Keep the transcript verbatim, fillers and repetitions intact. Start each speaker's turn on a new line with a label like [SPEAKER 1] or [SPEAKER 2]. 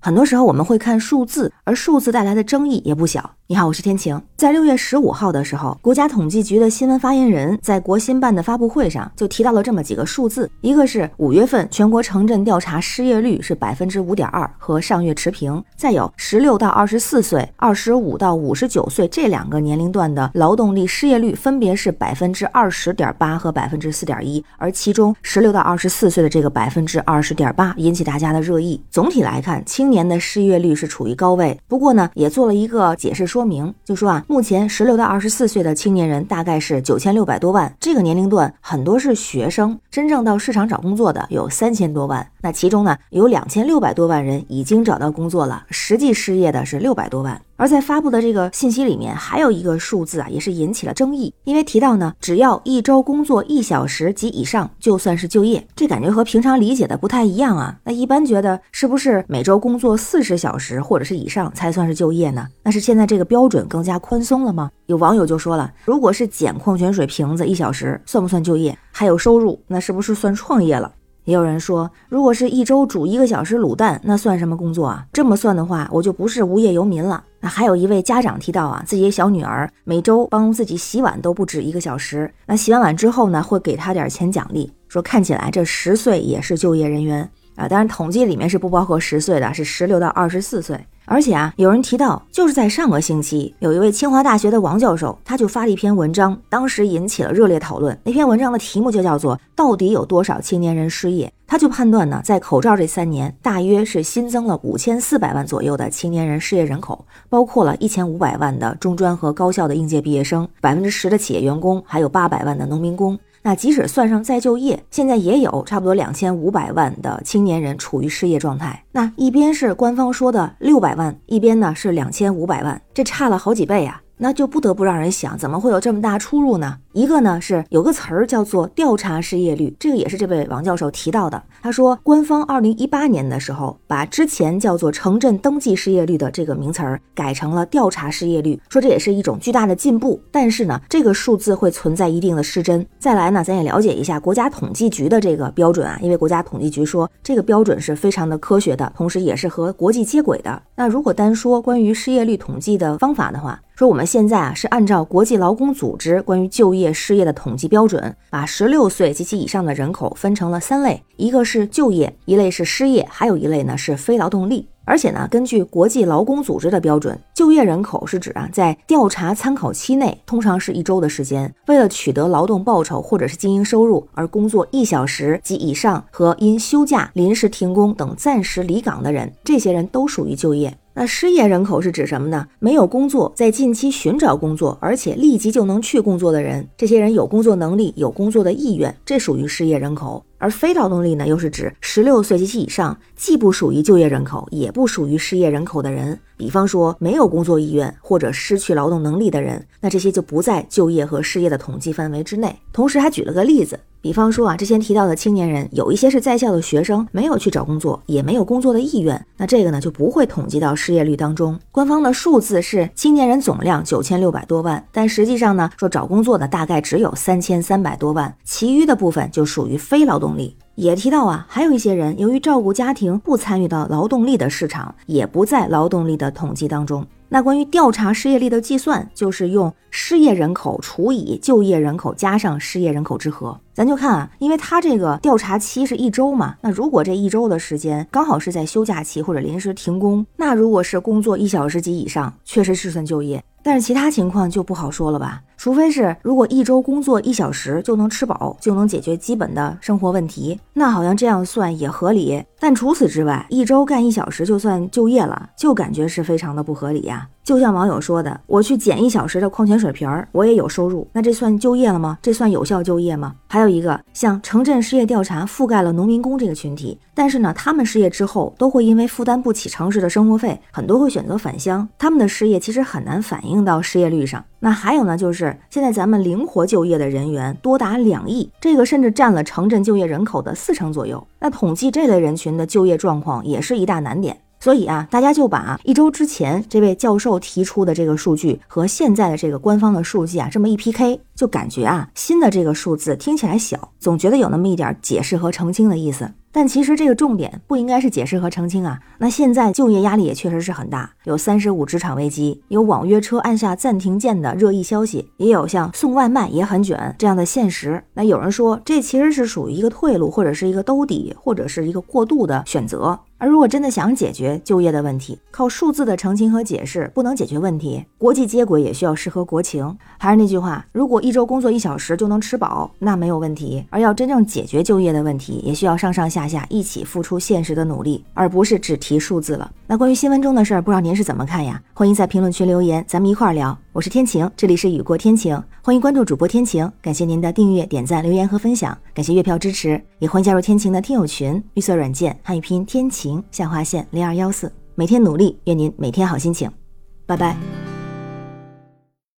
[SPEAKER 1] 很多时候我们会看数字，而数字带来的争议也不小。你好，我是天晴。在六月十五号的时候，国家统计局的新闻发言人在国新办的发布会上就提到了这么几个数字，一个是五月份全国城镇调查失业率是 百分之五点二， 和上月持平，再有十六到二十四岁、二十五到五十九岁这两个年龄段的劳动力失业率分别是 百分之二十点八 和 百分之四点一， 而其中十六到二十四岁的这个 百分之二十点八 引起大家的热议。总体来看，青年的失业率是处于高位，不过呢也做了一个解释说明，就说啊，目前十六到二十四岁的青年人大概是九千六百多万，这个年龄段很多是学生，真正到市场找工作的有三千多万，那其中呢有两千六百多万人已经找到工作了，实际失业的是六百多万。而在发布的这个信息里面还有一个数字啊，也是引起了争议，因为提到呢，只要一周工作一小时及以上就算是就业，这感觉和平常理解的不太一样啊。那一般觉得是不是每周工作四十小时或者是以上才算是就业呢？那是现在这个标准更加宽松了吗？有网友就说了，如果是捡矿泉水瓶子一小时算不算就业？还有收入，那是不是算创业了？也有人说，如果是一周煮一个小时卤蛋，那算什么工作啊？这么算的话，我就不是无业游民了。那还有一位家长提到啊，自己的小女儿每周帮自己洗碗都不止一个小时，那洗完碗之后呢，会给她点钱奖励，说看起来这十岁也是就业人员啊。当然统计里面是不包括十岁的，是十六到二十四岁。而且啊，有人提到，就是在上个星期，有一位清华大学的王教授，他就发了一篇文章，当时引起了热烈讨论。那篇文章的题目就叫做到底有多少青年人失业？他就判断呢，在口罩这三年，大约是新增了五千四百万左右的青年人失业人口，包括了一千五百万的中专和高校的应届毕业生， 百分之十 的企业员工，还有八百万的农民工。那即使算上再就业，现在也有差不多两千五百万的青年人处于失业状态。那一边是官方说的六百万，一边呢是两千五百万，这差了好几倍啊。那就不得不让人想，怎么会有这么大出入呢？一个呢是有个词儿叫做调查失业率，这个也是这位王教授提到的。他说，官方二零一八年的时候把之前叫做城镇登记失业率的这个名词儿改成了调查失业率，说这也是一种巨大的进步。但是呢，这个数字会存在一定的失真。再来呢，咱也了解一下国家统计局的这个标准啊，因为国家统计局说这个标准是非常的科学的，同时也是和国际接轨的。那如果单说关于失业率统计的方法的话，说我们现在啊是按照国际劳工组织关于就业失业的统计标准，把十六岁及其以上的人口分成了三类，一个是就业，一类是失业，还有一类呢是非劳动力。而且呢，根据国际劳工组织的标准，就业人口是指啊，在调查参考期内，通常是一周的时间，为了取得劳动报酬或者是经营收入而工作一小时及以上，和因休假、临时停工等暂时离岗的人，这些人都属于就业。那失业人口是指什么呢？没有工作，在近期寻找工作，而且立即就能去工作的人，这些人有工作能力，有工作的意愿，这属于失业人口。而非劳动力呢，又是指十六岁及其以上，既不属于就业人口，也不属于失业人口的人。比方说没有工作意愿或者失去劳动能力的人，那这些就不在就业和失业的统计范围之内。同时还举了个例子，比方说啊，之前提到的青年人，有一些是在校的学生，没有去找工作，也没有工作的意愿，那这个呢就不会统计到失业率当中。官方的数字是青年人总量九千六百多万，但实际上呢，说找工作的大概只有三千三百多万，其余的部分就属于非劳动力。也提到啊，还有一些人由于照顾家庭不参与到劳动力的市场，也不在劳动力的统计当中。那关于调查失业率的计算，就是用失业人口除以就业人口加上失业人口之和。咱就看啊，因为它这个调查期是一周嘛，那如果这一周的时间刚好是在休假期或者临时停工，那如果是工作一小时及以上，确实是算就业。但是其他情况就不好说了吧，除非是如果一周工作一小时就能吃饱，就能解决基本的生活问题，那好像这样算也合理。但除此之外，一周干一小时就算就业了，就感觉是非常的不合理呀。就像网友说的，我去捡一小时的矿泉水瓶儿，我也有收入，那这算就业了吗？这算有效就业吗？还有一个，像城镇失业调查覆盖了农民工这个群体，但是呢，他们失业之后都会因为负担不起城市的生活费，很多会选择返乡，他们的失业其实很难反映到失业率上。那还有呢，就是现在咱们灵活就业的人员多达两亿，这个甚至占了城镇就业人口的四成左右。那统计这类人群的就业状况也是一大难点。所以啊，大家就把一周之前这位教授提出的这个数据和现在的这个官方的数据啊这么一 P K， 就感觉啊，新的这个数字听起来小，总觉得有那么一点解释和澄清的意思。但其实这个重点不应该是解释和澄清啊。那现在就业压力也确实是很大，有三十五职场危机，有网约车按下暂停键的热议消息，也有像送外卖也很卷这样的现实。那有人说这其实是属于一个退路，或者是一个兜底，或者是一个过渡的选择。而如果真的想解决就业的问题，靠数字的澄清和解释不能解决问题，国际接轨也需要适合国情。还是那句话，如果一周工作一小时就能吃饱，那没有问题。而要真正解决就业的问题，也需要上上下下一起付出现实的努力，而不是只提数字了。那关于新闻中的事儿，不知道您是怎么看呀？欢迎在评论区留言，咱们一块儿聊。我是天晴，这里是雨过天晴，欢迎关注主播天晴。感谢您的订阅、点赞、留言和分享，感谢月票支持，也欢迎加入天晴的听友群，绿色软件汉语拼天晴下划线零二一四，每天努力，愿您每天好心情，拜拜。